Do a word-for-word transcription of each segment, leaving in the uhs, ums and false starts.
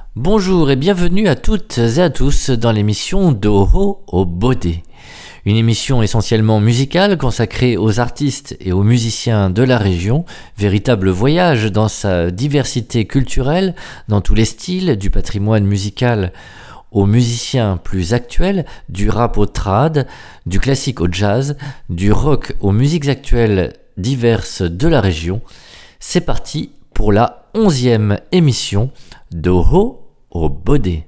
Bonjour et bienvenue à toutes et à tous dans l'émission d'Oho au Bodé. Une émission essentiellement musicale consacrée aux artistes et aux musiciens de la région, véritable voyage dans sa diversité culturelle, dans tous les styles, du patrimoine musical aux musiciens plus actuels, du rap au trad, du classique au jazz, du rock aux musiques actuelles diverses de la région. C'est parti pour la onzième émission d'Oho au Bodé.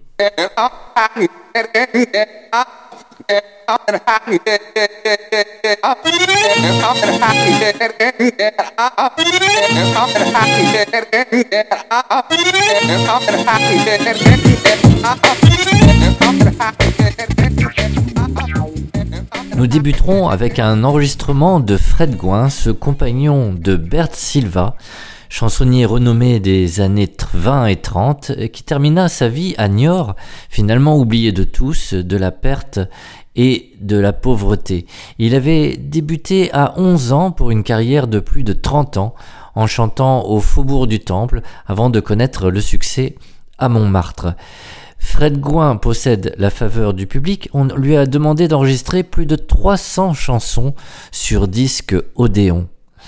Nous débuterons avec un enregistrement de Fred Gouin, ce compagnon de Bert Silva, chansonnier renommé des années vingt et trente, qui termina sa vie à Niort, finalement oublié de tous, de la perte et de la pauvreté. Il avait débuté à onze ans pour une carrière de plus de trente ans, en chantant au Faubourg du Temple, avant de connaître le succès à Montmartre. Fred Gouin possède la faveur du public. On lui a demandé d'enregistrer plus de trois cents chansons sur disque Odéon.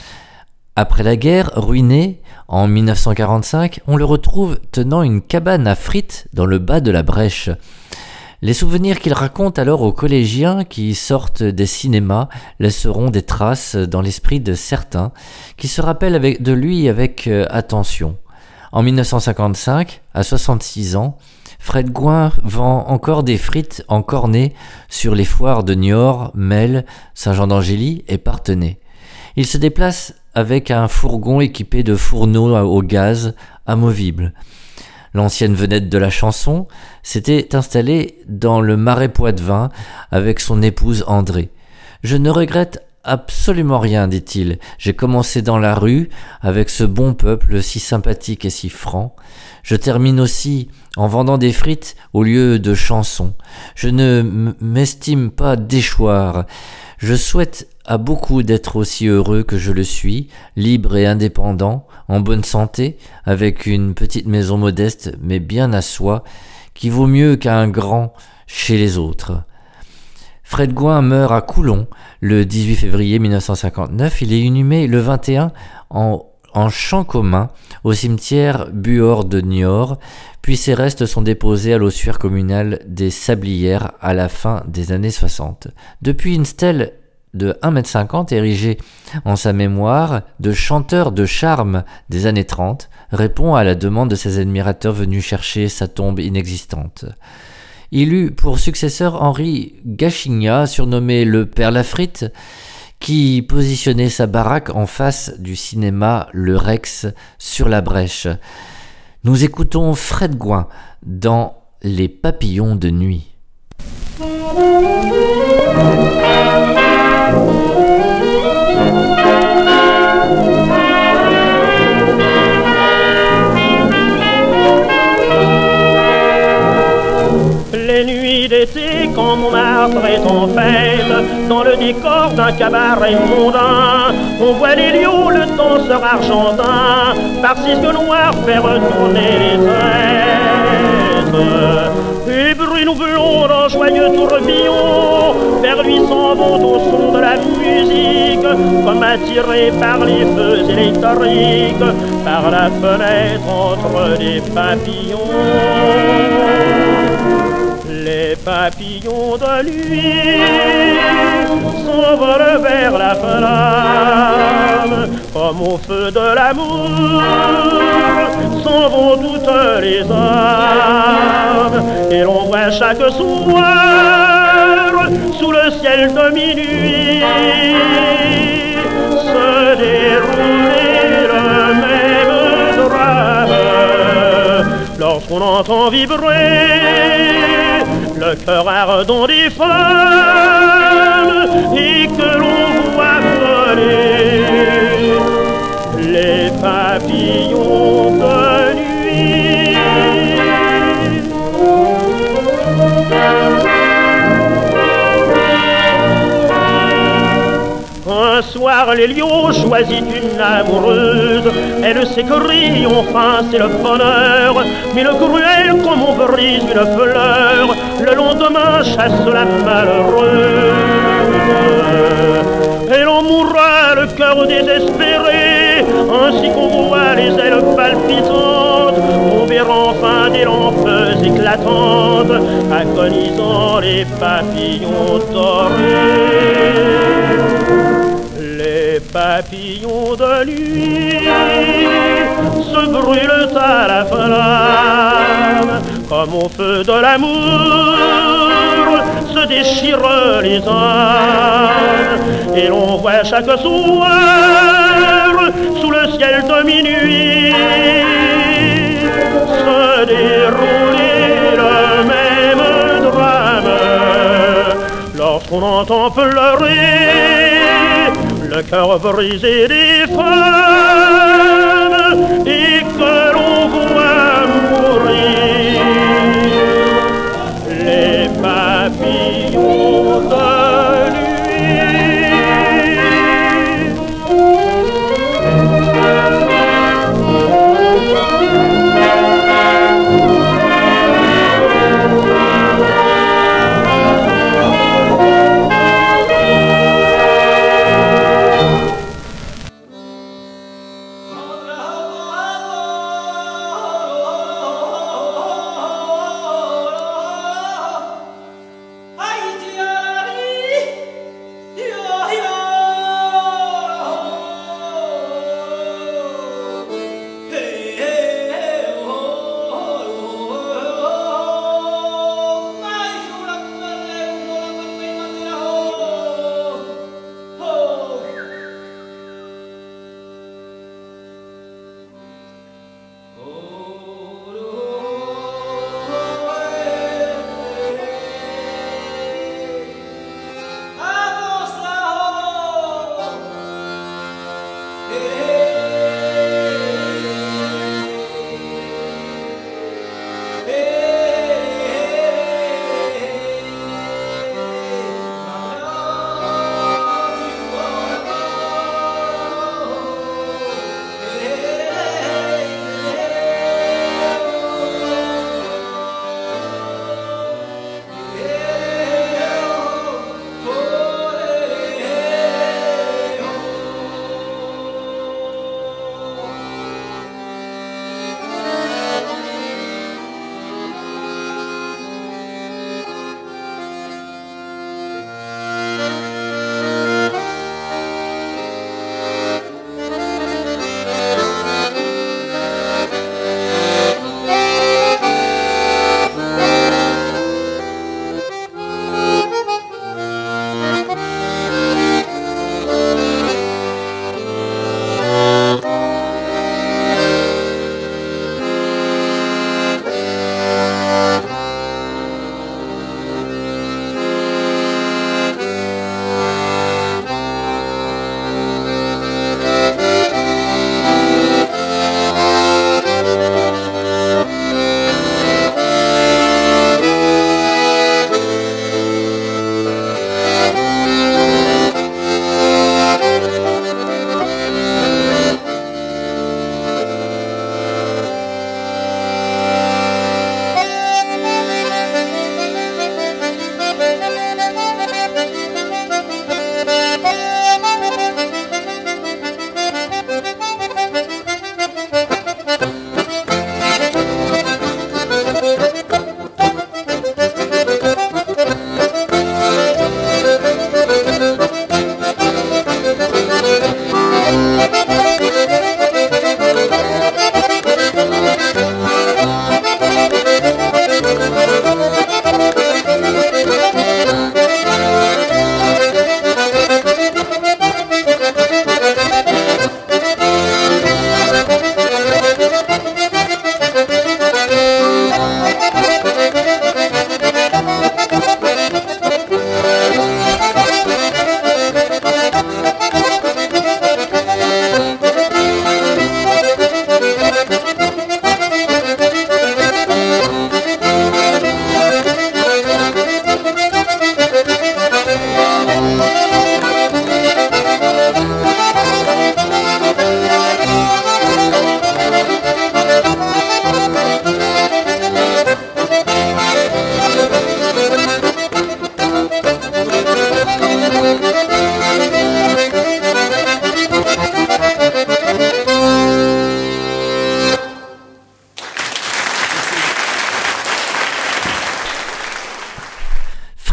Après la guerre, ruiné, en dix-neuf cent quarante-cinq, on le retrouve tenant une cabane à frites dans le bas de la Brèche. Les souvenirs qu'il raconte alors aux collégiens qui sortent des cinémas laisseront des traces dans l'esprit de certains qui se rappellent avec, de lui avec euh, attention. En dix-neuf cent cinquante-cinq, à soixante-six ans, Fred Gouin vend encore des frites en cornet sur les foires de Niort, Melle, Saint-Jean-d'Angély et Parthenay. Il se déplace avec un fourgon équipé de fourneaux au gaz amovibles. L'ancienne vedette de la chanson s'était installée dans le Marais Poitevin avec son épouse André. « Je ne regrette absolument rien, dit-il. J'ai commencé dans la rue avec ce bon peuple si sympathique et si franc. Je termine aussi en vendant des frites au lieu de chansons. Je ne m'estime pas déchoir. Je souhaite à beaucoup d'être aussi heureux que je le suis, libre et indépendant, en bonne santé, avec une petite maison modeste mais bien à soi, qui vaut mieux qu'un grand chez les autres. » Fred Gouin meurt à Coulon le dix-huit février dix-neuf cent cinquante-neuf. Il est inhumé le vingt et un en, en champ commun au cimetière Buor de Niort, puis ses restes sont déposés à l'ossuaire communal des Sablières à la fin des années soixante. Depuis, une stèle de un mètre cinquante érigée en sa mémoire de chanteur de charme des années trente répond à la demande de ses admirateurs venus chercher sa tombe inexistante. Il eut pour successeur Henri Gachignat, surnommé le Père Lafrite, qui positionnait sa baraque en face du cinéma Le Rex sur la Brèche. Nous écoutons Fred Gouin dans Les Papillons de nuit. Les nuits d'été, quand Montmartre est en fête, dans le décor d'un cabaret mondain, on voit les lions, le danseur argentin, par cisque noir faire retourner les êtres. Et brune ou blonde en joyeux tourbillon, vers lui s'en vont au son de la musique, comme attirés par les feux électriques, par la fenêtre entre les papillons. Les papillons de nuit s'envolent vers la flamme, comme au feu de l'amour s'en vont toutes les âmes. Et l'on voit chaque soir, sous le ciel de minuit, se dérouler le même drame. Lorsqu'on entend vibrer le cœur ardent des femmes et que l'on voit voler les papillons de nuit. Un soir voir les lions choisit une amoureuse. Elle sait que rire, enfin c'est le bonheur, mais le cruel comme on brise une fleur, le lendemain chasse la malheureuse. Et l'on mourra le cœur désespéré, ainsi qu'on voit les ailes palpitantes tomber enfin des lampes éclatantes, agonisant les papillons dorés. Les papillons de nuit se brûlent à la flamme, comme au feu de l'amour se déchirent les âmes. Et l'on voit chaque soir sous le ciel de minuit se dérouler le même drame, lorsqu'on entend pleurer le cœur brisé des femmes et que l'on voit mourir les papillons de nuit.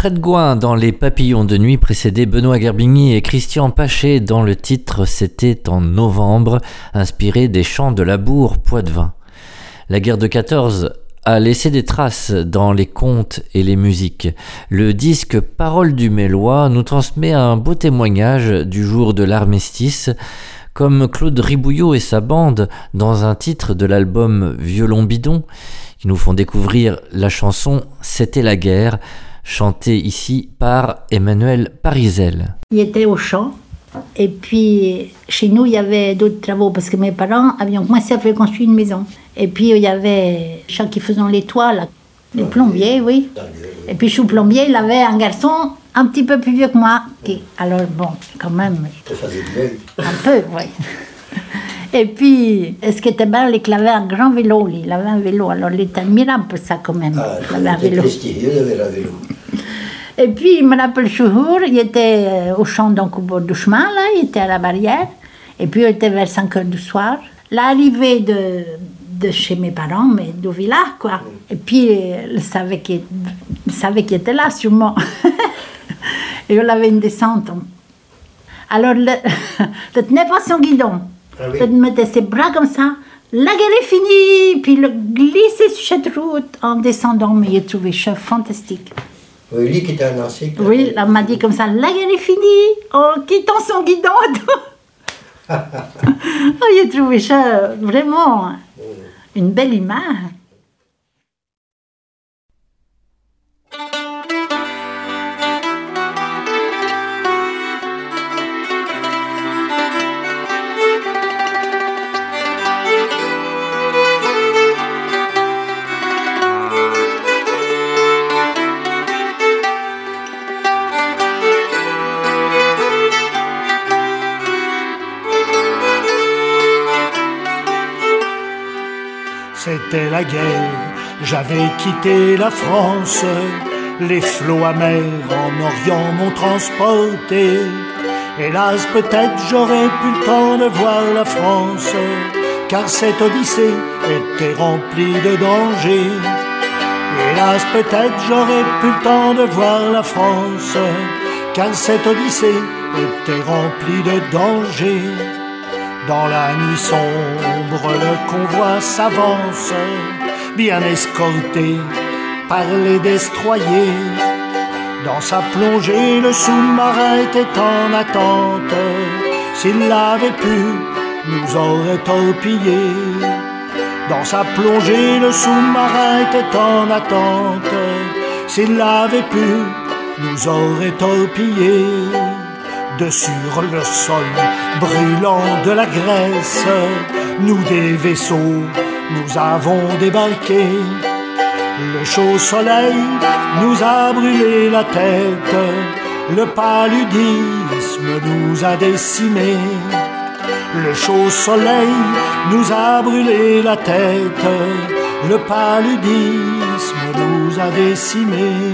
Fred Gouin dans Les Papillons de nuit précédait Benoît Gerbigny et Christian Pachet dans le titre C'était en novembre, inspiré des chants de Labour Poitevin. La guerre de quatorze a laissé des traces dans les contes et les musiques. Le disque Paroles du Mélois nous transmet un beau témoignage du jour de l'armistice, comme Claude Ribouillot et sa bande dans un titre de l'album Violon Bidon, qui nous font découvrir la chanson C'était la guerre, chantée ici par Emmanuel Parizel. Il était au champ, et puis chez nous il y avait d'autres travaux parce que mes parents avaient commencé à faire construire une maison. Et puis il y avait les gens qui faisaient les toits, là, les plombiers, oui. Et puis sous plombier, il avait un garçon un petit peu plus vieux que moi. Qui, alors bon, quand même. Un peu, oui. Et puis, ce qui était bien, c'est qu'il avait un grand vélo, lui. Il avait un vélo, alors il était admirable ça quand même. Ah, il avait un vélo. Il avait un vélo. Et puis, il me rappelle toujours, il était au champ, donc au bord du chemin, là, il était à la barrière. Et puis, il était vers cinq heures du soir. L'arrivée de, de chez mes parents, mais du village, quoi. Et puis, il savait qu'il, il savait qu'il était là, sûrement. Et on avait une descente. Alors, il ne tenait pas son guidon. Ah oui. Il mettait ses bras comme ça. La guerre est finie. Puis il glissait sur cette route en descendant. Mais il a trouvé ça fantastique. Oui, lui qui était un ancien. Oui, il m'a dit comme ça, la guerre est finie, en quittant son guidon. Oh, il a trouvé ça vraiment une belle image. C'était la guerre, j'avais quitté la France, les flots amers en Orient m'ont transporté. Hélas, peut-être j'aurais pu le temps de voir la France, car cette odyssée était remplie de dangers. Hélas, peut-être j'aurais pu le temps de voir la France, car cette odyssée était remplie de dangers. Dans la nuit sombre, le convoi s'avance, bien escorté par les destroyers. Dans sa plongée, le sous-marin était en attente. S'il l'avait pu, nous aurait torpillés. Dans sa plongée, le sous-marin était en attente. S'il l'avait pu, nous aurait torpillés. De sur le sol brûlant de la Grèce, nous des vaisseaux, nous avons débarqué. Le chaud soleil nous a brûlé la tête, le paludisme nous a décimés. Le chaud soleil nous a brûlé la tête, le paludisme nous a décimés.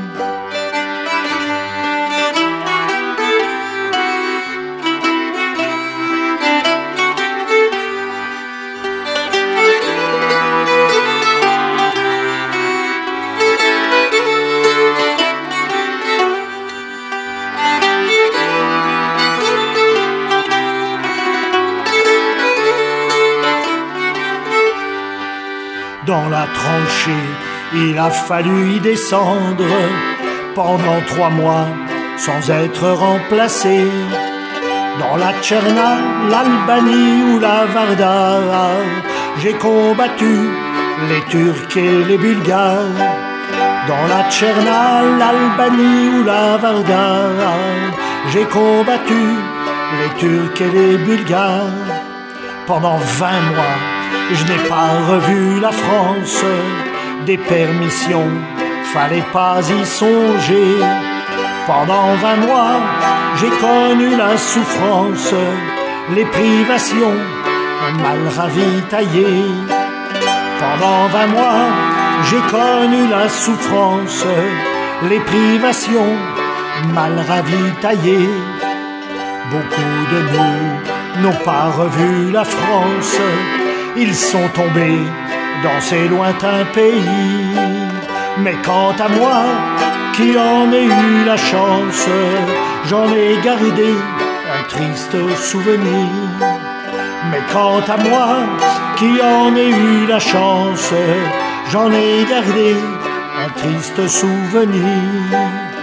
Dans la tranchée, il a fallu y descendre pendant trois mois sans être remplacé. Dans la Tcherna, l'Albanie ou la Varda, j'ai combattu les Turcs et les Bulgares. Dans la Tcherna, l'Albanie ou la Varda, j'ai combattu les Turcs et les Bulgares. Pendant vingt mois, je n'ai pas revu la France, des permissions, fallait pas y songer. Pendant vingt mois, j'ai connu la souffrance, les privations, mal ravitaillées. Pendant vingt mois, j'ai connu la souffrance, les privations, mal ravitaillées. Beaucoup de nous n'ont pas revu la France, ils sont tombés dans ces lointains pays. Mais quant à moi, qui en ai eu la chance, j'en ai gardé un triste souvenir. Mais quant à moi, qui en ai eu la chance, j'en ai gardé un triste souvenir.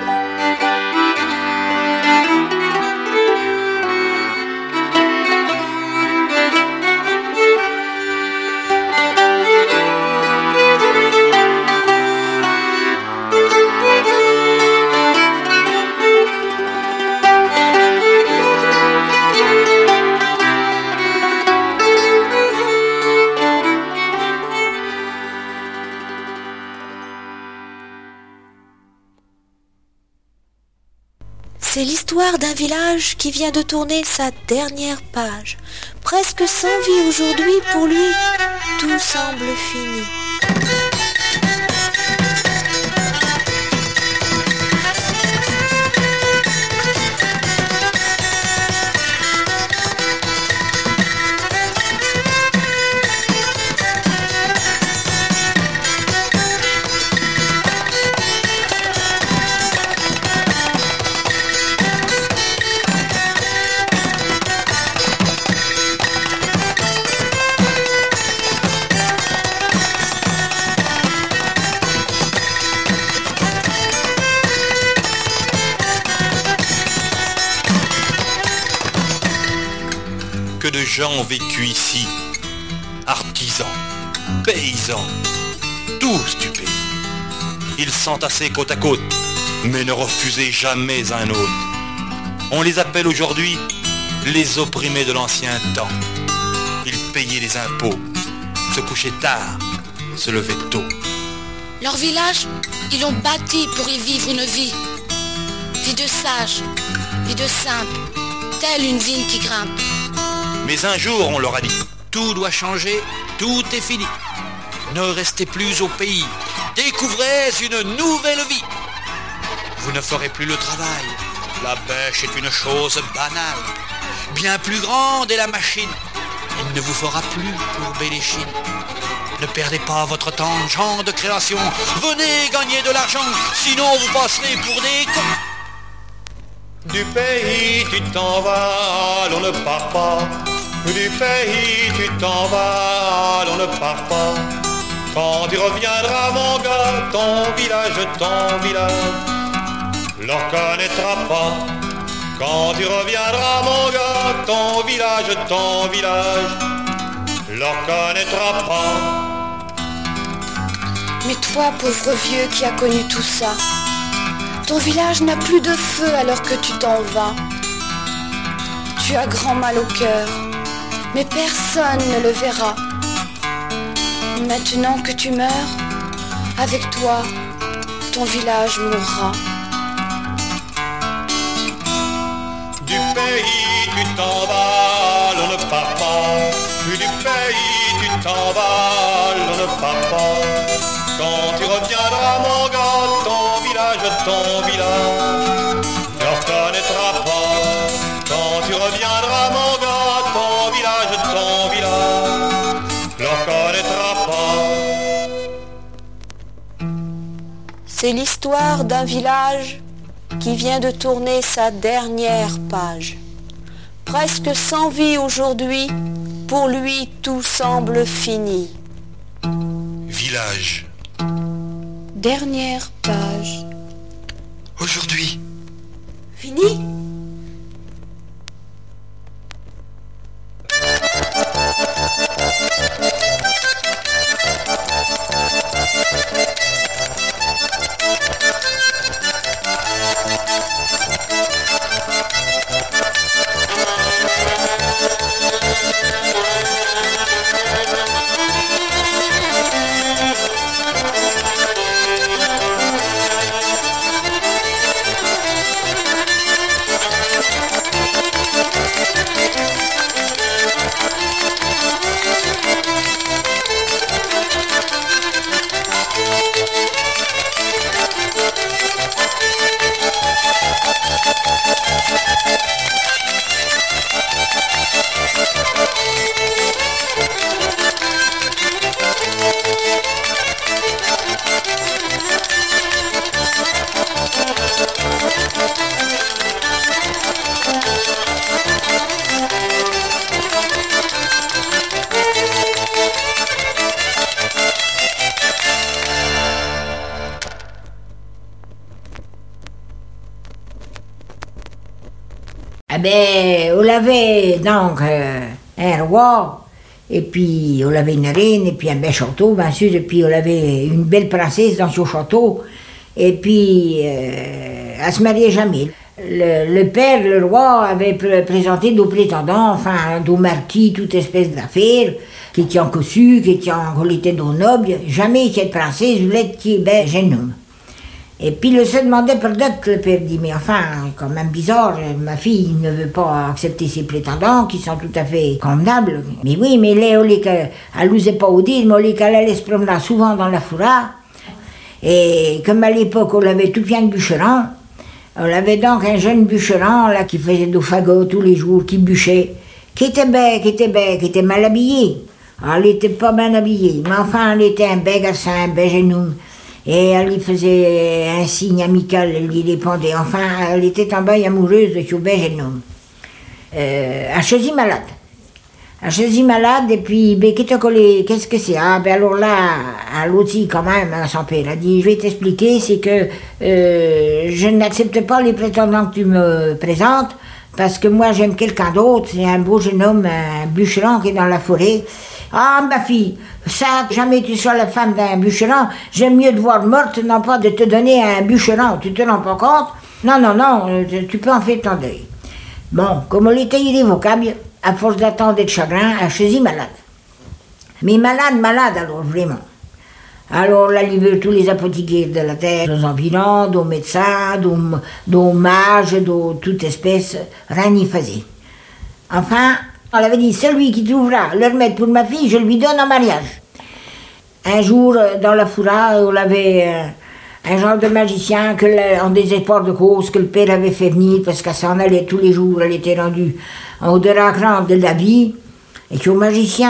C'est l'histoire d'un village qui vient de tourner sa dernière page. Presque sans vie aujourd'hui, pour lui, tout semble fini. Que de gens ont vécu ici, artisans, paysans, tous du pays. Ils s'entassaient côte à côte, mais ne refusaient jamais un autre. On les appelle aujourd'hui les opprimés de l'ancien temps. Ils payaient les impôts, se couchaient tard, se levaient tôt. Leur village, ils l'ont bâti pour y vivre une vie. Vie de sage, vie de simple, telle une vigne qui grimpe. Mais un jour, on leur a dit, tout doit changer, tout est fini. Ne restez plus au pays, découvrez une nouvelle vie. Vous ne ferez plus le travail, la bêche est une chose banale. Bien plus grande est la machine, il ne vous fera plus courber les chines. Ne perdez pas votre temps, gens de création, venez gagner de l'argent, sinon vous passerez pour des cons. Du pays tu t'en vas, l'on ne part pas. Du pays tu t'en vas, l'on ne part pas. Quand tu reviendras mon gars, ton village, ton village, l'on reconnaîtra pas. Quand tu reviendras mon gars, ton village, ton village, l'on reconnaîtra pas. Mais toi, pauvre vieux qui a connu tout ça, ton village n'a plus de feu alors que tu t'en vas. Tu as grand mal au cœur, mais personne ne le verra. Maintenant que tu meurs, avec toi, ton village mourra. Du pays tu t'en vas, l'on ne part pas. Du pays tu t'en vas, l'on ne part pas. Quand tu reviendras mon gars, ton village, ton village, ne reconnaîtra pas. Quand tu reviendras mon gars, ton village, ton village, ne reconnaîtra pas. C'est l'histoire d'un village qui vient de tourner sa dernière page. Presque sans vie aujourd'hui, pour lui tout semble fini. Village. Dernière page. Aujourd'hui. Fini ? Eh ben, on avait donc euh, un roi, et puis on avait une reine, et puis un bel château, bien sûr, et puis on avait une belle princesse dans ce château, et puis euh, elle se mariait jamais. Le, le père, le roi, avait pr- présenté nos prétendants, enfin, nos marquis, toute espèce d'affaires, qui étaient en cossu, qui étaient en qualité d'eau noble. Jamais cette princesse voulait être qui est ben jeune homme. Et puis il se demandait peut-être, le père dit, mais enfin, quand même bizarre, ma fille ne veut pas accepter ses prétendants, qui sont tout à fait convenables. Mais oui, mais là, elle n'osait pas au dire, mais elle allait se promener souvent dans la forêt. Et comme à l'époque, on avait tout plein de bûcherons, on avait donc un jeune bûcheron là, qui faisait des fagots tous les jours, qui bûchait, qui était bête, qui était bête, qui était mal habillé. Elle n'était pas bien habillée, mais enfin, elle était un bel garçon, un bel jeune homme. Et elle lui faisait un signe amical, elle lui répondait. Enfin, elle était tombée amoureuse de ce bel jeune homme. Euh, elle choisit malade. Elle choisit malade, et puis, ben, qu'est-ce que c'est? Ah, ben alors là, elle aussi, quand même, hein, son père a dit, je vais t'expliquer, c'est que euh, je n'accepte pas les prétendants que tu me présentes, parce que moi, j'aime quelqu'un d'autre, c'est un beau jeune homme, un bûcheron qui est dans la forêt. Ah, ma fille, ça, jamais tu sois la femme d'un bûcheron, j'aime mieux te voir morte, non pas de te donner un bûcheron, tu te rends pas compte? Non, non, non, tu peux en faire ton deuil. Bon, comme elle était irrévocable, à force d'attendre et de chagrin, elle choisit malade. Mais malade, malade alors, vraiment. Alors là, il veut tous les apothicaires de la terre, aux environs, aux médecins, aux mages, de toute espèce, rien n'y faisait. Enfin, on avait dit, celui qui trouvera le remède pour ma fille, je lui donne en mariage. Un jour, dans la forêt, on avait euh, un genre de magicien, que le, en désespoir de cause, que le père avait fait venir, parce qu'elle s'en allait tous les jours, elle était rendue en haut de la grande de la vie, et que le magicien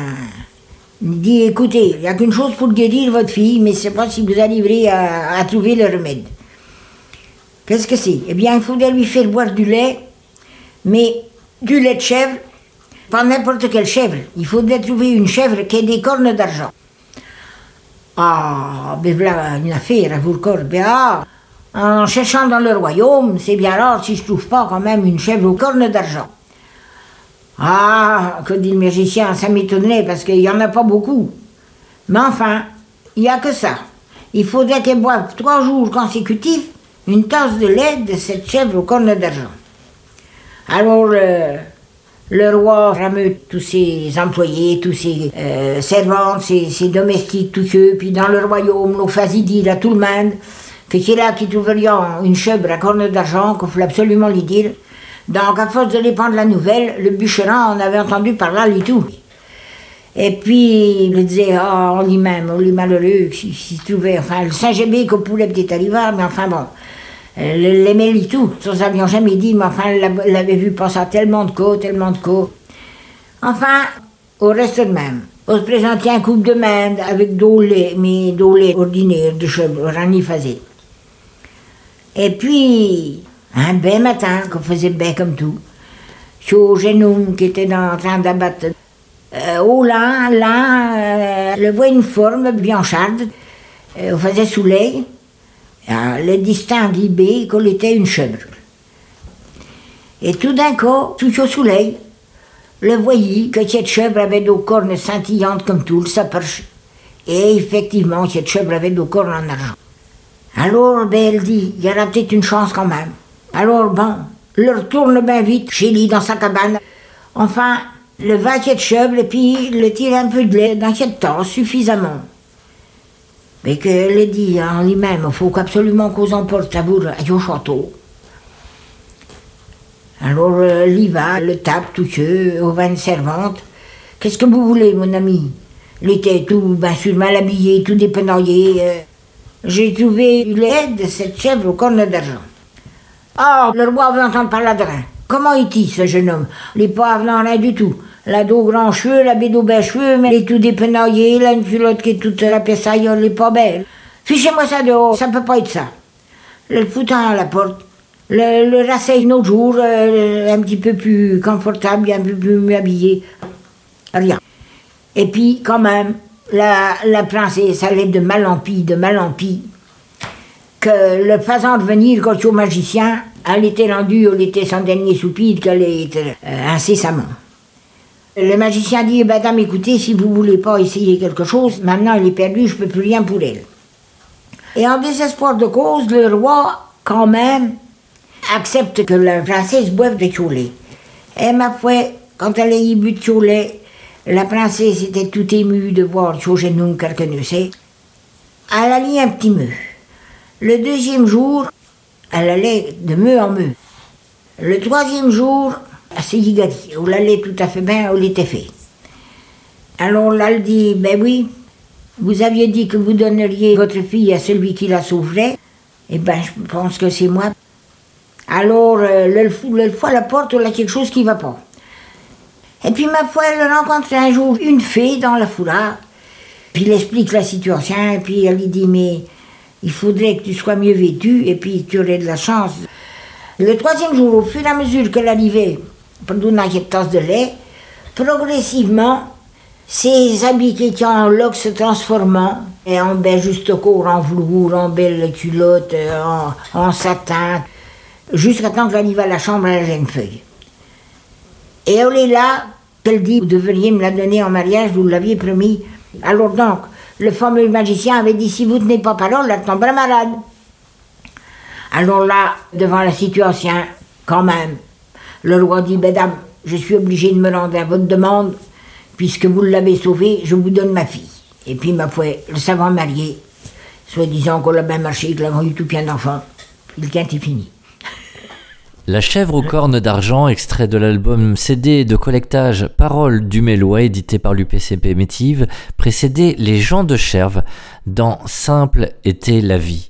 il dit, écoutez, il n'y a qu'une chose pour guérir votre fille, mais je ne sais pas si vous arriverez à, à trouver le remède. Qu'est-ce que c'est? Eh bien, il faudrait lui faire boire du lait, mais du lait de chèvre, pas n'importe quelle chèvre. Il faudrait trouver une chèvre qui ait des cornes d'argent. Ah, ben voilà une affaire à vous le corps. Ben ah, en cherchant dans le royaume, c'est bien rare si je ne trouve pas quand même une chèvre aux cornes d'argent. Ah, que dit le magicien, ça m'étonnerait parce qu'il n'y en a pas beaucoup. Mais enfin, il n'y a que ça. Il faudrait qu'elle boive trois jours consécutifs une tasse de lait de cette chèvre aux cornes d'argent. Alors le, le roi rameute tous ses employés, tous ses euh, servantes, ses, ses domestiques, tous ceux, puis dans le royaume, l'on faisait dire à tout le monde que c'est là qu'ils trouveraient une chèvre à cornes d'argent, qu'il fallait absolument lui dire. Donc, à force de répandre la nouvelle, le bûcheron en avait entendu parler et tout. Et puis, il disait, ah, oh, on lui-même, on lui malheureux, s'il si, si trouvait, enfin, le Saint-Gébé qu'on pourrait peut-être arriver, mais enfin bon, elle l'aimait et tout. Ça, ça n'avions jamais dit, mais enfin, elle l'avait vu passer tellement de cas, tellement de cas. Enfin, au reste de même, on se présentait un couple de main avec d'eau lait, mais d'eau lait ordinaire, de cheveux, rien n'y faisait. Et puis, un bel matin, qu'on faisait bien comme tout, ce jeune homme qui était dans, en train d'abattre, euh, oh là, là, euh, le voit une forme blanchâtre, euh, on faisait soleil, euh, le distinguait bien qu'on était une chèvre. Et tout d'un coup, tout au soleil, le voyait que cette chèvre avait des cornes scintillantes comme tout, sa perche. Et effectivement, cette chèvre avait des cornes en argent. Alors, ben, elle dit, il y aura peut-être une chance quand même. Alors, bon, le retourne bien vite chez lui dans sa cabane. Enfin, le va cette chèvre et puis le tire un peu de lait dans cette tasse, suffisamment. Mais qu'elle dit en lui-même, il faut absolument qu'on emporte à vous au château. Alors, euh, il y va, le tape, tout ce, au vin de servante. Qu'est-ce que vous voulez, mon ami? Il était tout, bien sûr, mal habillé, tout dépenaillé. Euh, J'ai trouvé du lait de cette chèvre aux cornes d'argent. Ah, oh, le roi veut entendre parler de rien. Comment est-il, ce jeune homme? Il n'est pas avenant rien du tout. Il a dos grands cheveux, la bédo belles cheveux, mais il est tout dépenaillé, il a une culotte qui est toute la pièce ailleurs, elle n'est pas belle. Fichez-moi ça dehors, ça ne peut pas être ça. Le foutant à la porte, le, le rasseye un autre jour, euh, un petit peu plus confortable, un peu plus mieux habillé. Rien. Et puis, quand même, la, la princesse allait de mal en pis, de mal en pis, que le faisant revenir quand au magicien, Elle était rendue, elle était son dernier soupir, qu'elle était euh, incessamment. Le magicien dit, madame, écoutez, si vous ne voulez pas essayer quelque chose, maintenant elle est perdue, je ne peux plus rien pour elle. Et en désespoir de cause, le roi, quand même, accepte que la princesse boive de Cholet. Et ma foi, quand elle a eu bu de Cholet, la princesse était tout émue de voir Chogenou quelque ne sait. Elle a lu un petit mot. Le deuxième jour, elle allait de meux en meux. Le troisième jour, elle s'est gâtée. Elle allait tout à fait bien, elle était fait. Alors là, elle dit, ben oui, vous aviez dit que vous donneriez votre fille à celui qui la sauverait. Eh ben, je pense que c'est moi. Alors, euh, le, le fois à la porte, il y a quelque chose qui ne va pas. Et puis, ma foi, elle rencontre un jour une fée dans la foulard. Puis, il explique la situation, et puis elle lui dit, mais il faudrait que tu sois mieux vêtue, et puis tu aurais de la chance. Le troisième jour, au fur et à mesure qu'elle arrivait pour donner une tasse de lait, progressivement, ses habits qui étaient en loques se transformant, et en belle juste corps, en velours, en belle culotte, en, en satin, jusqu'à temps qu'elle arrive à la chambre à la jeune feuille. Et elle est là, elle dit, vous devriez me la donner en mariage, vous l'aviez promis. Alors donc, le fameux magicien avait dit, si vous ne tenez pas parole, elle tombera malade. Alors là, devant la situation, quand même, le roi dit, mesdames, je suis obligé de me rendre à votre demande, puisque vous l'avez sauvée, je vous donne ma fille. Et puis, ma foi, le savant marié, soi-disant qu'on l'a bien marché, qu'il a eu tout plein d'enfants, il tient est fini. La chèvre aux cornes d'argent, extrait de l'album C D de collectage Paroles du Mélois, édité par l'U P C P Métive, précédait Les gens de Cherves dans Simple était la vie.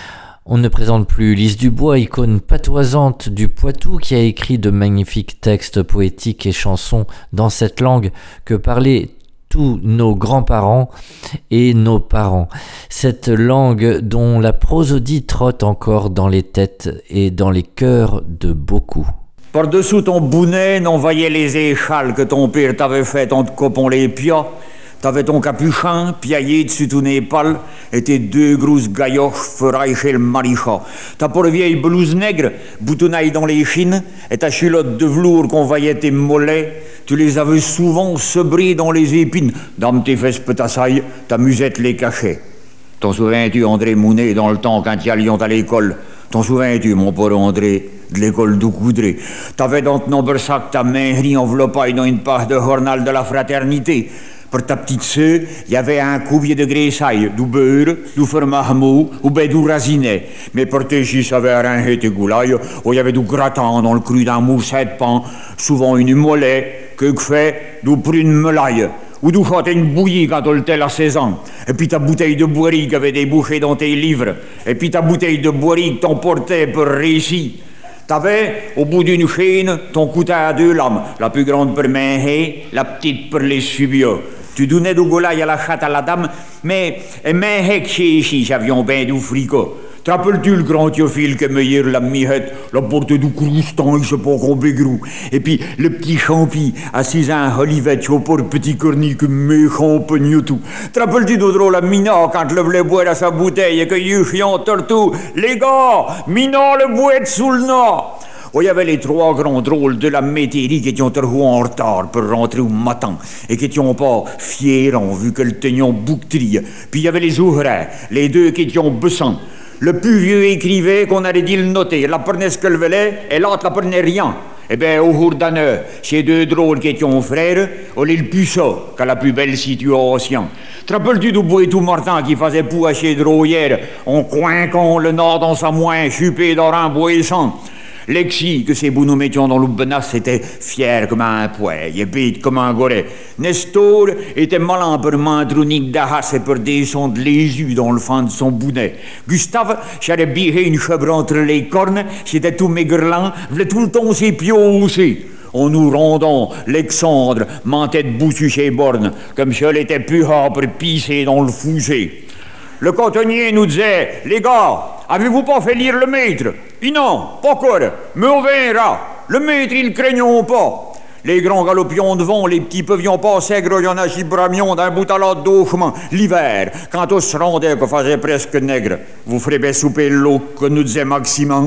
On ne présente plus Lise Dubois, icône patoisante du Poitou, qui a écrit de magnifiques textes poétiques et chansons dans cette langue que parlaient tous nos grands-parents et nos parents. Cette langue dont la prosodie trotte encore dans les têtes et dans les cœurs de beaucoup. Par-dessous ton bonnet, on voyait les échales que ton père t'avait faites en te copant les pieds. T'avais ton capuchin, piaillé dessus ton épaule, et tes deux grosses gailloches feraient chez le maréchal. Ta pauvre vieille blouse nègre, boutonnaille dans les chines, et ta culotte de velours qu'on voyait tes mollets, tu les avais souvent sebrés dans les épines. Dans tes fesses pétassailles, ta musette les cachait. T'en souviens-tu, André Mounet, dans le temps quand y allions à l'école? T'en souviens-tu, mon pauvre André, de l'école d'Oucoudré? T'avais dans ton nombre sac ta main enveloppée dans une page de journal de la fraternité. Pour ta petite sœur, il y avait un couvier de graissaille, du beurre, du fromage mou ou ben du rasinet. Mais pour tes fils, ça avait rien tes goulailles, où il y avait du gratin dans le cru d'un mousset de pain, souvent une mollet, que fait du prune melaille, ou du châtaigne bouillie quand on était la saison. Et puis ta bouteille de boirie qui avait des bouchées dans tes livres, et puis ta bouteille de boirie que t'emportais pour réussir. T'avais, au bout d'une chaîne, ton couteau à deux lames, la plus grande pour manger, la petite pour les subios. Tu donnais du golaille à la chatte à la dame, mais mais que chez ici, j'avions bien du fricot. Te rappelles-tu le grand Théophile qui me hier la miette, la porte du croustant, je sais pas combien gros. Et puis le petit champi, assis à un olivette, au pour petit cornique, méchant tout. Te rappelles-tu de drôle à Mina quand le voulait boire à sa bouteille et que you chiant tout. Les gars, Mina le boit sous le nord. Oh, il y avait les trois grands drôles de la métairie qui étaient trop en retard pour rentrer au matin et qui étaient pas fiers vu que le tenions boucterie. Puis il y avait les ouvriers, les deux qui étaient bessants. Le plus vieux écrivait qu'on allait dire le noter. La prenait ce qu'elle voulait et l'autre la prenait rien. Eh bien, au jour d'un heure, ces deux drôles qui étaient frères, on les le puceau qu'à la plus belle situation. Te rappelles-tu du Boitou Martin qui faisait pouacher drôlière en coinquant le nord dans sa main, chupé dans un boisson? Lexi, que ces bouts nous mettions dans l'oubbenas, était fier comme un poil, et bête comme un goret. Nestor était malin pour m'intronique d'Arras et pour descendre les yeux dans le fond de son bonnet. Gustave, j'avais biré une chèvre entre les cornes, c'était tout maigrelant, voulait tout le temps ses pieds aussi. En nous rendant, Alexandre mentait debout sur chez Borne, comme si elle était plus rare pour pisser dans le fousé. Le cantonnier nous disait, les gars, avez-vous pas fait lire le maître? Et non, pas encore, mais on verra. Le maître, ils le craignons pas. Les grands galopions devant, les petits pevions passer, grouillons à gibramion d'un bout à l'autre d'eau chemin. L'hiver, quand on se rendait qu'on faisait presque nègre, vous ferez bien souper l'eau que nous disait Maximin.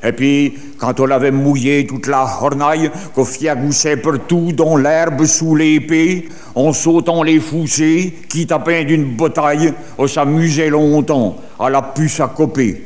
Et puis, quand on l'avait mouillé toute la hornaille, qu'on fiagoussait partout dans l'herbe sous l'épée, en sautant les foussés, qui tapaient d'une bataille, on s'amusait longtemps à la puce à coper.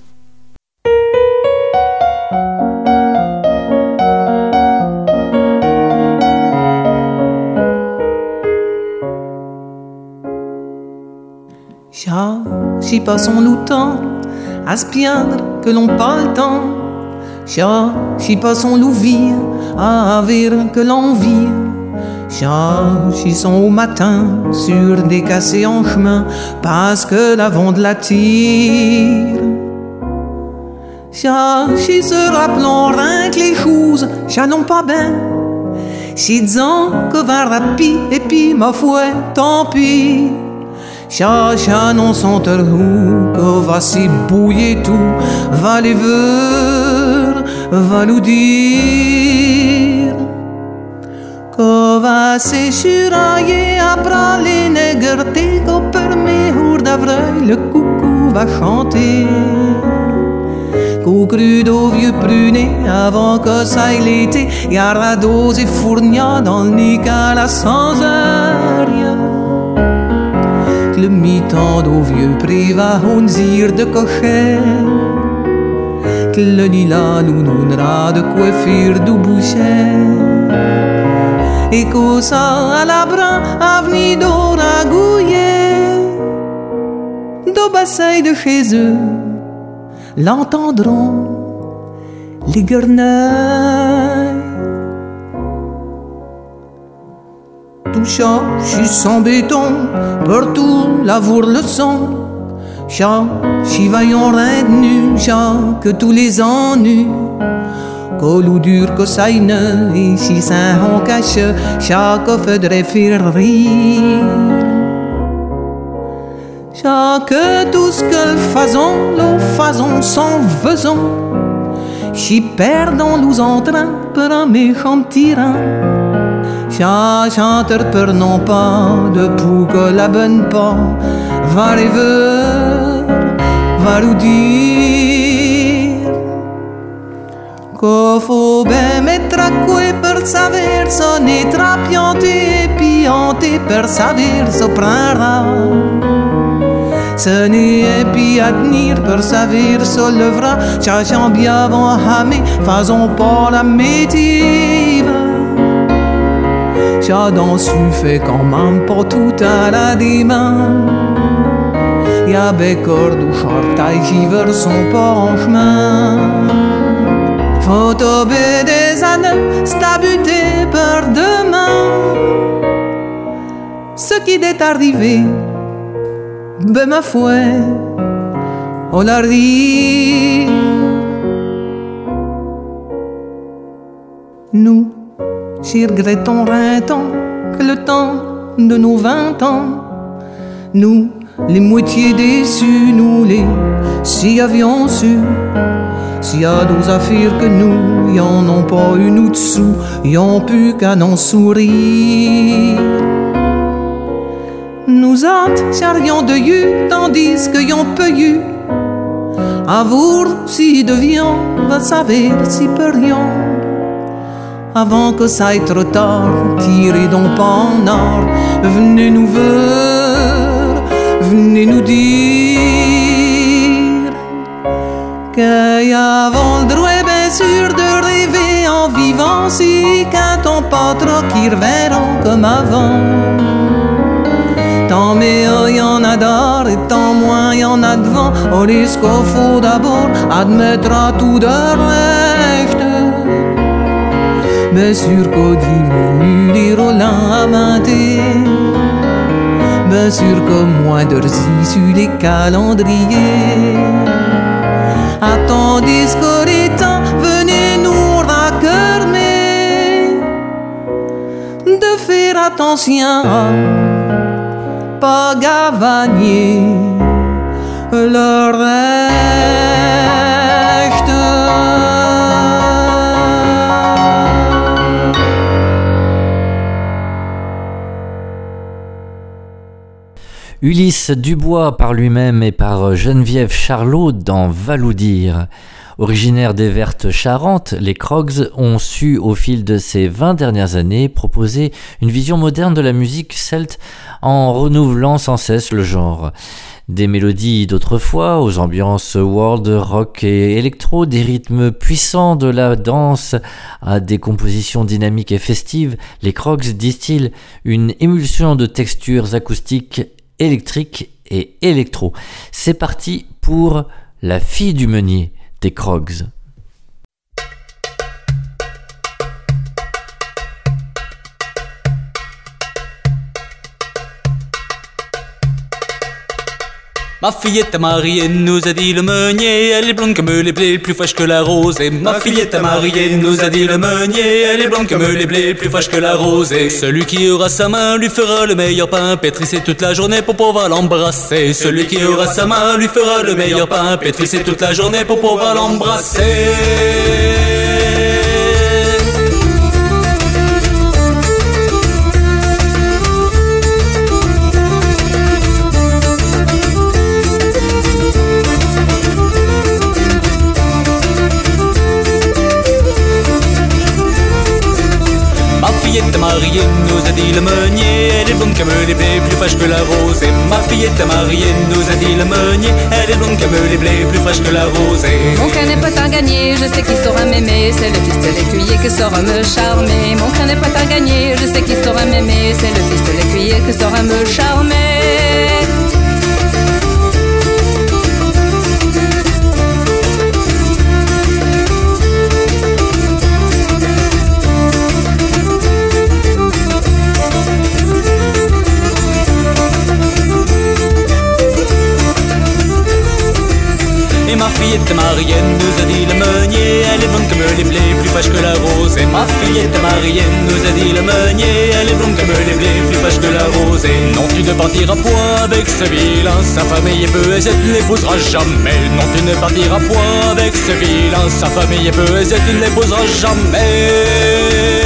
Chat, si passons-nous tant à se plaindre que l'on pas le temps. Chat, si passons-nous vie à dire que l'on vit. Chat, si sont au matin sur des cassés en chemin parce que l'avant de la tire. Chat, si se rappelons rien que les choses, chat non pas bien. Si disant que va rapide et puis ma foi, tant pis. Chat, chat, non sont où que va s'y bouiller tout, va les ver, va nous dire que va s'échurailler après les nègretés, qu'au permet d'avril le coucou va chanter. Qu'au cru d'au vieux pruné avant que ça ait l'été, y'a dose et fournia dans le nid qu'à la sans rien. Le mi-temps d'au vieux pré va honzir de cocher, que le lilas nous donnera de coiffure du boucher, et qu'au ça à la bras avenue d'Oragouillet, d'au bassin de chez eux, l'entendront les guerneuils. Tout chat, j'suis sans béton, partout lavour le son. Chat, j'y vaillons rien de nu, chat, que tous les ennuis. Qu'au dur que ça y ne, et si ça en cache, chat, que faudrait faire rire. Chat, que tout ce que le faisons, le faisons sans faisons. J'y perdons nous entrain pour un méchant tyran. Chat, chanteur peur non pas, depuis que la bonne pas va rêver, va nous dire qu'il faut bien mettre à couer pour savoir sonner, trapianter et pianter pour savoir se prendre. Ce n'est puis à tenir pour savoir se levera, cherchant bien avant à hamer, faisons pas la métive. Chat dans su fait quand même pas tout à la démain. Y'a bécor du chartaille qui veut son pas en chemin. Faut tomber des années, stabuter par demain. Ce qui est arrivé, ben ma foi, on l'arrive. Nous, j'y regrettons rien tant que le temps de nos vingt ans. Nous, les moitiés déçus, nous les si avions su. S'il y a d'autres affaires que nous, y'en ont pas une ou dessous, y'en pu qu'à n'en sourire. Nous autres, charrions de you, tandis que y'en peu eu. À vous, si devions, va savoir si peu rien. Avant que ça aille trop tard, tirez donc pas en or. Venez nous voir, venez nous dire qu'il y a le droit bien sûr de rêver en vivant, si quand on pas trop qui reverront comme avant. Tant meilleur y en a d'or et tant moins y en a devant. On risque qu'il faut d'abord admettre à tout de reste. Bien sûr qu'on diminue les Rollins à mainter. Bien sûr que moins d'heures sur les calendriers. Attendez que les temps, venez nous raccorder. De faire attention, pas gagner le reste. Ulysse Dubois par lui-même et par Geneviève Charlot dans Valoudir. Originaires des Vertes Charentes, les Krogs ont su, au fil de ces vingt dernières années, proposer une vision moderne de la musique celte en renouvelant sans cesse le genre. Des mélodies d'autrefois, aux ambiances world, rock et électro, des rythmes puissants de la danse à des compositions dynamiques et festives, les Krogs distillent une émulsion de textures acoustiques, électriques et électro. C'est parti pour La fille du meunier des Krogs. Ma fillette mariée nous a dit le meunier, elle est blonde comme les blés, plus fraîche que la rosée. Ma fillette mariée nous a dit le meunier, elle est blonde comme les blés, plus fraîche que la rosée. Celui qui aura sa main lui fera le meilleur pain, pétrissez toute la journée pour pouvoir l'embrasser. Celui qui aura sa main lui fera le meilleur pain, pétrissez toute la journée pour pouvoir l'embrasser. Ma fillette mariée nous a dit le meunier, elle est blonde comme les blés, plus fraîche que la rosée. Ma fillette mariée nous a dit le meunier, elle est blonde comme les blés, plus fraîche que la rosée. Mon cœur n'est pas tant gagné, je sais qu'il saura m'aimer, c'est le fils de l'écuyer qui saura me charmer. Mon cœur n'est pas tant gagné, je sais qu'il saura m'aimer, c'est le fils de l'écuyer qui saura me charmer. Et ma fillette mariée nous a dit le meunier, elle est blonde comme les blés, plus fraîche que la rose. Et ma fillette mariée nous a dit le meunier, elle est blonde comme les blés, plus fraîche que la rose. Et non, tu ne partiras point avec ce vilain, sa famille est peu aisée, tu ne l'épouseras jamais. Non, tu ne partiras point avec ce vilain, sa famille est peu aisée, tu ne l'épouseras jamais.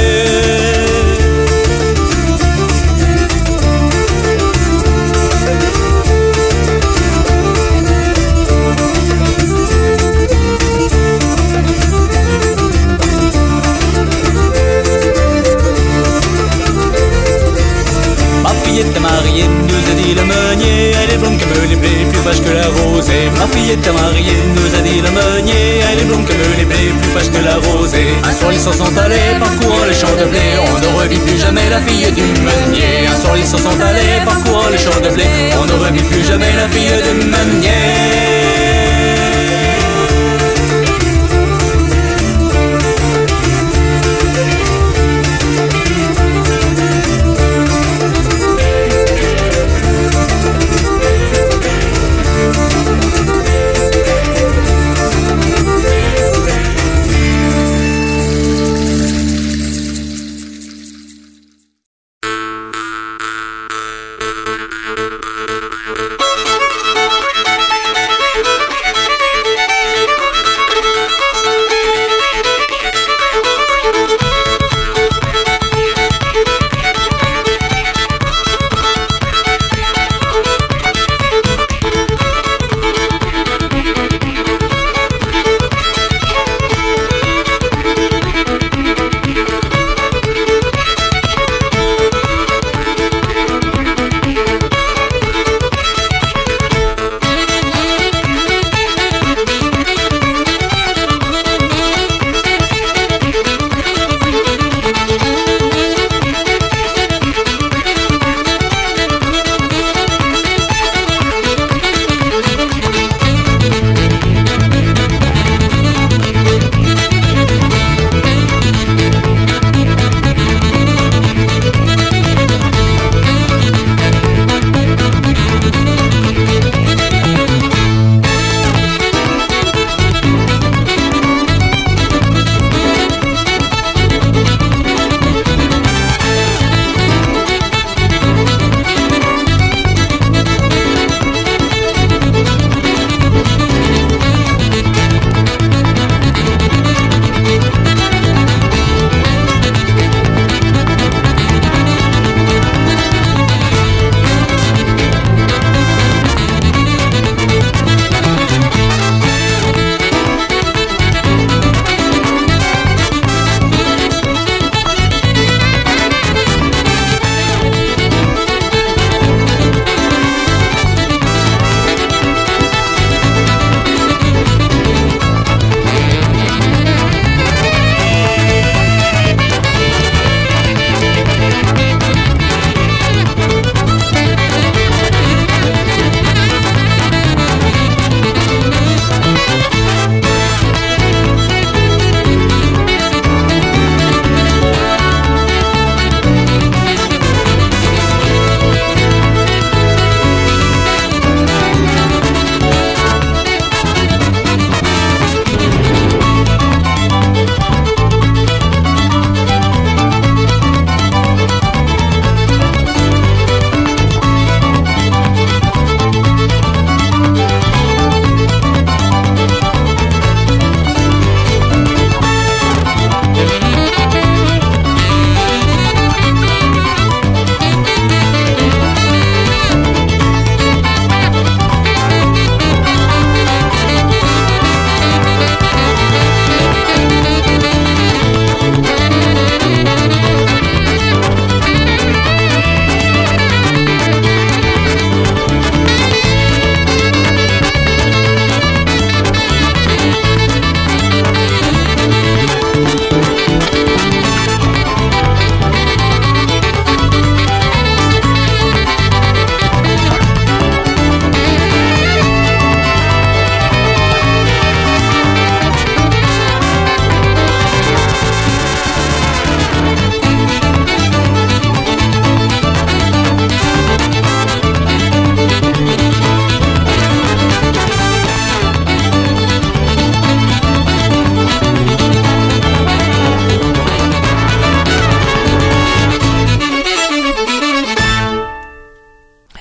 Ma fillette mariée nous a dit le meunier, elle est blonde comme les blés, plus fraîche que la rosée. Ma fillette mariée nous a dit le meunier, elle est blonde comme les blés, plus fraîche que la rosée. Un soir ils s'en sont allés parcourant les champs de blé, on ne revit plus jamais la fille du meunier. Un soir ils s'en sont allés parcourant les champs de blé, on ne revit plus jamais la fille du meunier.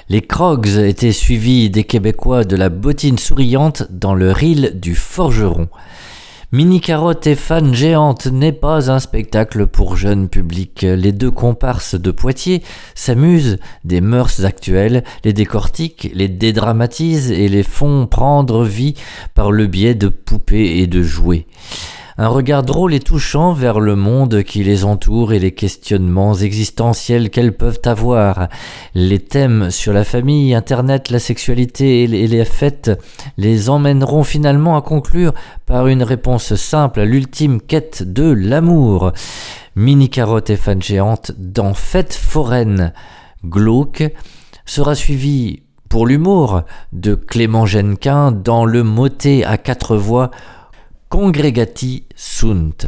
Les Krogs étaient suivis des Québécois de la Bottine Souriante dans le reel du Forgeron. Mini Carotte et Fan Géante n'est pas un spectacle pour jeune public. Les deux comparses de Poitiers s'amusent des mœurs actuelles, les décortiquent, les dédramatisent et les font prendre vie par le biais de poupées et de jouets. Un regard drôle et touchant vers le monde qui les entoure et les questionnements existentiels qu'elles peuvent avoir. Les thèmes sur la famille, Internet, la sexualité et les fêtes les emmèneront finalement à conclure par une réponse simple à l'ultime quête de l'amour. Mini Carotte et Fan Géante dans Fête foraine glauque sera suivi pour l'humour de Clément Genquin dans le motet à quatre voix Congregati sunt.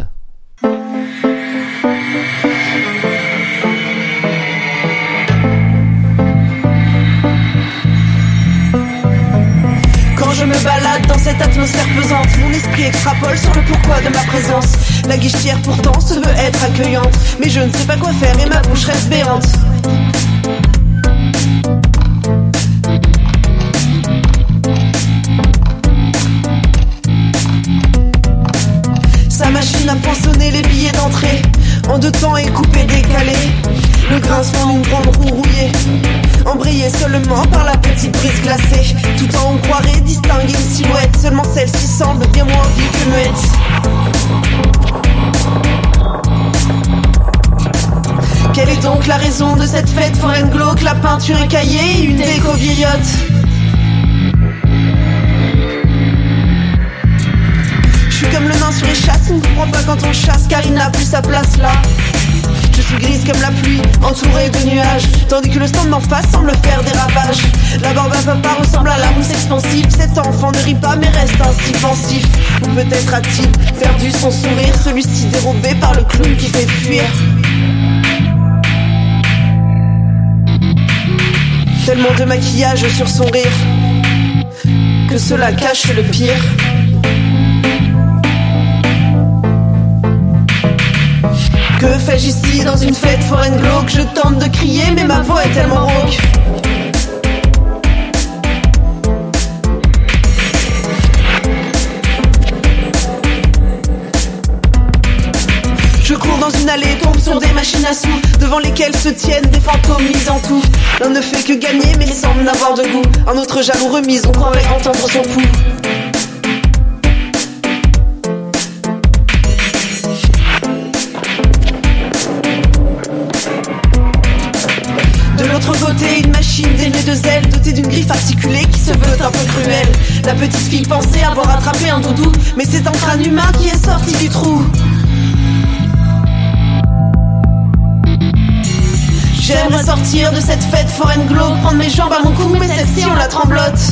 Quand je me balade dans cette atmosphère pesante, mon esprit extrapole sur le pourquoi de ma présence. La guichetière pourtant se veut être accueillante, mais je ne sais pas quoi faire et ma bouche reste béante. Sa machine a poinçonné les billets d'entrée en deux temps et coupé, décalé. Le grincement d'une grande roue rouillée, embrayé seulement par la petite brise glacée. Tout en on croirait distinguer une silhouette, seulement celle-ci semble bien moins vive que muette. Quelle est donc la raison de cette fête foraine glauque? La peinture écaillée, une déco vieillotte. Je suis comme le nain sur les chasses, on ne comprend pas quand on chasse car il n'a plus sa place là. Je suis grise comme la pluie, entourée de nuages, tandis que le stand d'en face semble faire des ravages. La barbe à papa ressemble à la mousse expansive. Cet enfant ne rit pas mais reste ainsi pensif. Ou peut-être a-t-il perdu son sourire, celui-ci dérobé par le clown qui fait fuir. Tellement de maquillage sur son rire que cela cache le pire. Que fais-je ici dans une fête foraine glauque? Je tente de crier mais ma voix est tellement rauque. Je cours dans une allée, tombe sur des machines à sous, devant lesquelles se tiennent des fantômes mis en tout. L'un ne fait que gagner mais il semble n'avoir de goût. Un autre jaloux remise, on croirait entendre son pouls. Côté, une machine dénuée de zèle, dotée d'une griffe articulée qui se veut un peu cruelle. La petite fille pensait avoir attrapé un doudou, mais c'est un crâne humain qui est sorti du trou. J'aimerais sortir de cette fête foraine glauque, prendre mes jambes à mon cou, mais celle-ci on la tremblote.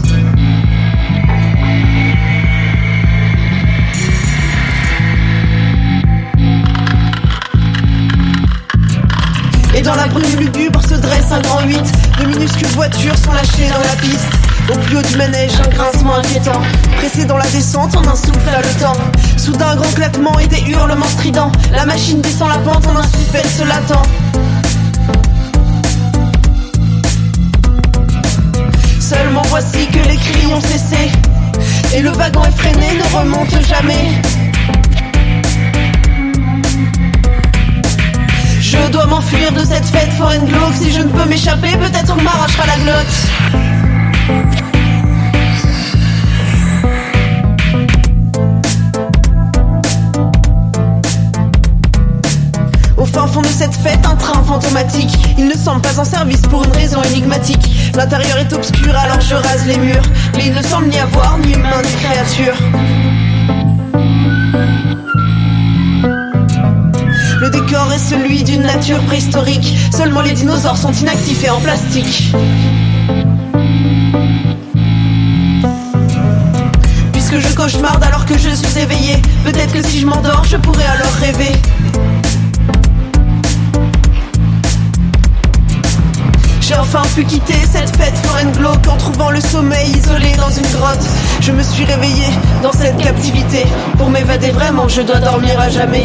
Et dans la brume lugubre se dresse un grand huit. De minuscules voitures sont lâchées dans la piste. Au plus haut du manège, un grincement inquiétant, pressé dans la descente en un souffle haletant. Soudain un grand claquement et des hurlements stridents. La machine descend la pente en un suspense latent. Seulement voici que les cris ont cessé et le wagon effréné ne remonte jamais. Je dois m'enfuir de cette fête foraine glauque. Si je ne peux m'échapper, peut-être on m'arrachera la glotte. Au fin fond de cette fête, un train fantomatique. Il ne semble pas en service pour une raison énigmatique. L'intérieur est obscur alors je rase les murs, mais il ne semble n'y avoir ni humain ni créature. Le décor est celui d'une nature préhistorique. Seulement les dinosaures sont inactifs et en plastique. Puisque je cauchemarde alors que je suis éveillé, peut-être que si je m'endors, je pourrais alors rêver. J'ai enfin pu quitter cette fête foraine glauque en trouvant le sommeil isolé dans une grotte. Je me suis réveillé dans cette captivité. Pour m'évader vraiment, je dois dormir à jamais.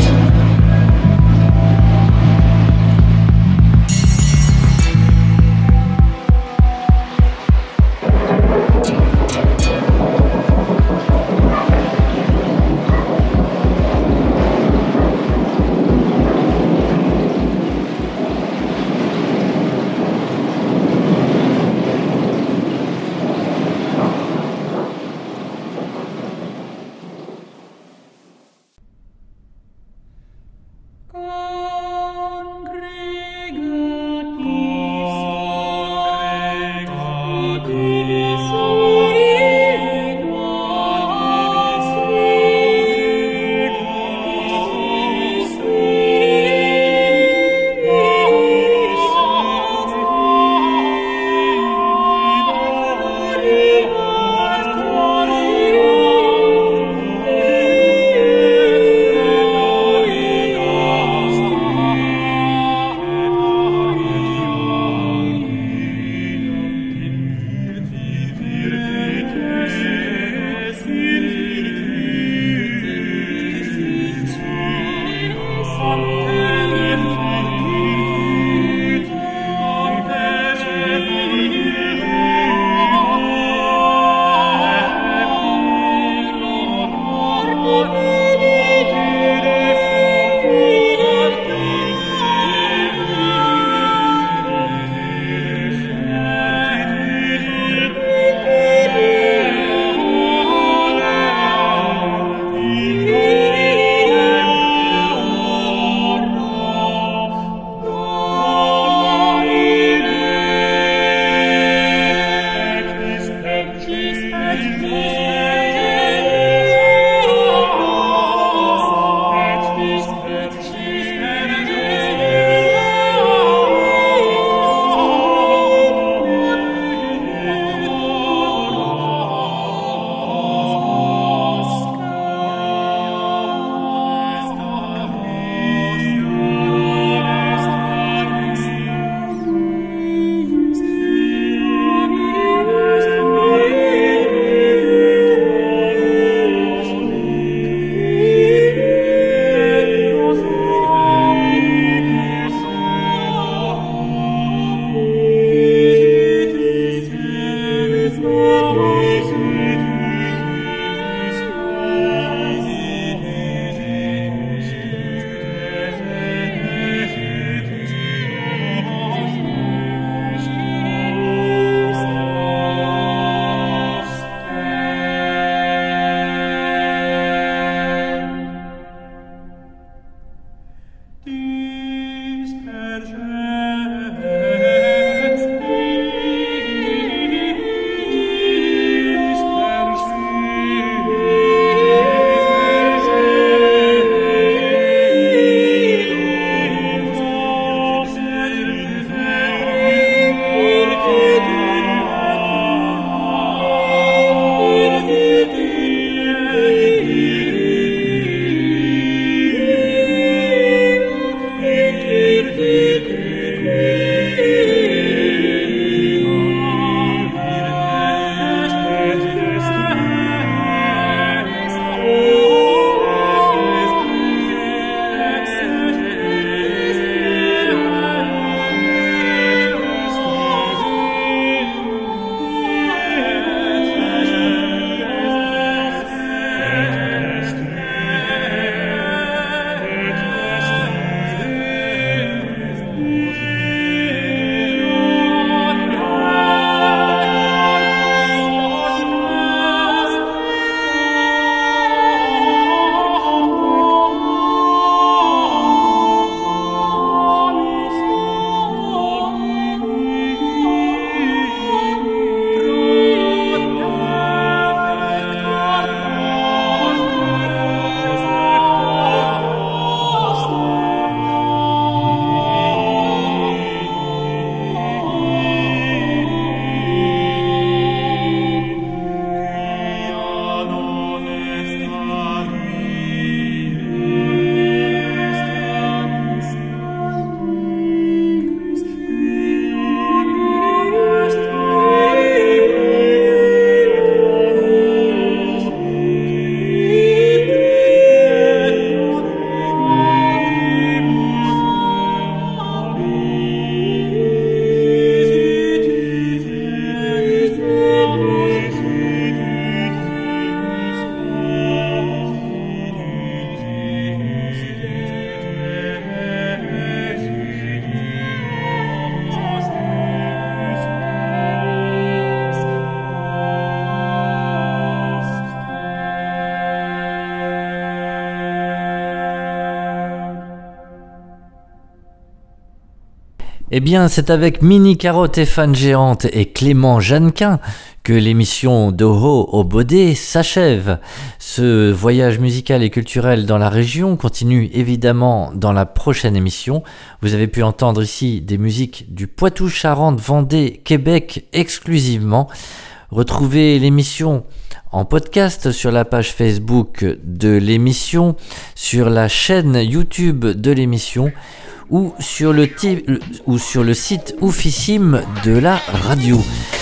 Eh bien, c'est avec Mini Carotte et Fan Géante et Clément Jeannequin que l'émission d'Oho au Bodé s'achève. Ce voyage musical et culturel dans la région continue évidemment dans la prochaine émission. Vous avez pu entendre ici des musiques du Poitou, Charente, Vendée, Québec exclusivement. Retrouvez l'émission en podcast sur la page Facebook de l'émission, sur la chaîne YouTube de l'émission ou sur le, t- ou sur le site oufissime de la radio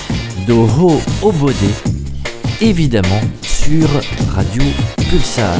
d'Oho au Bodé, évidemment sur Radio Pulsar.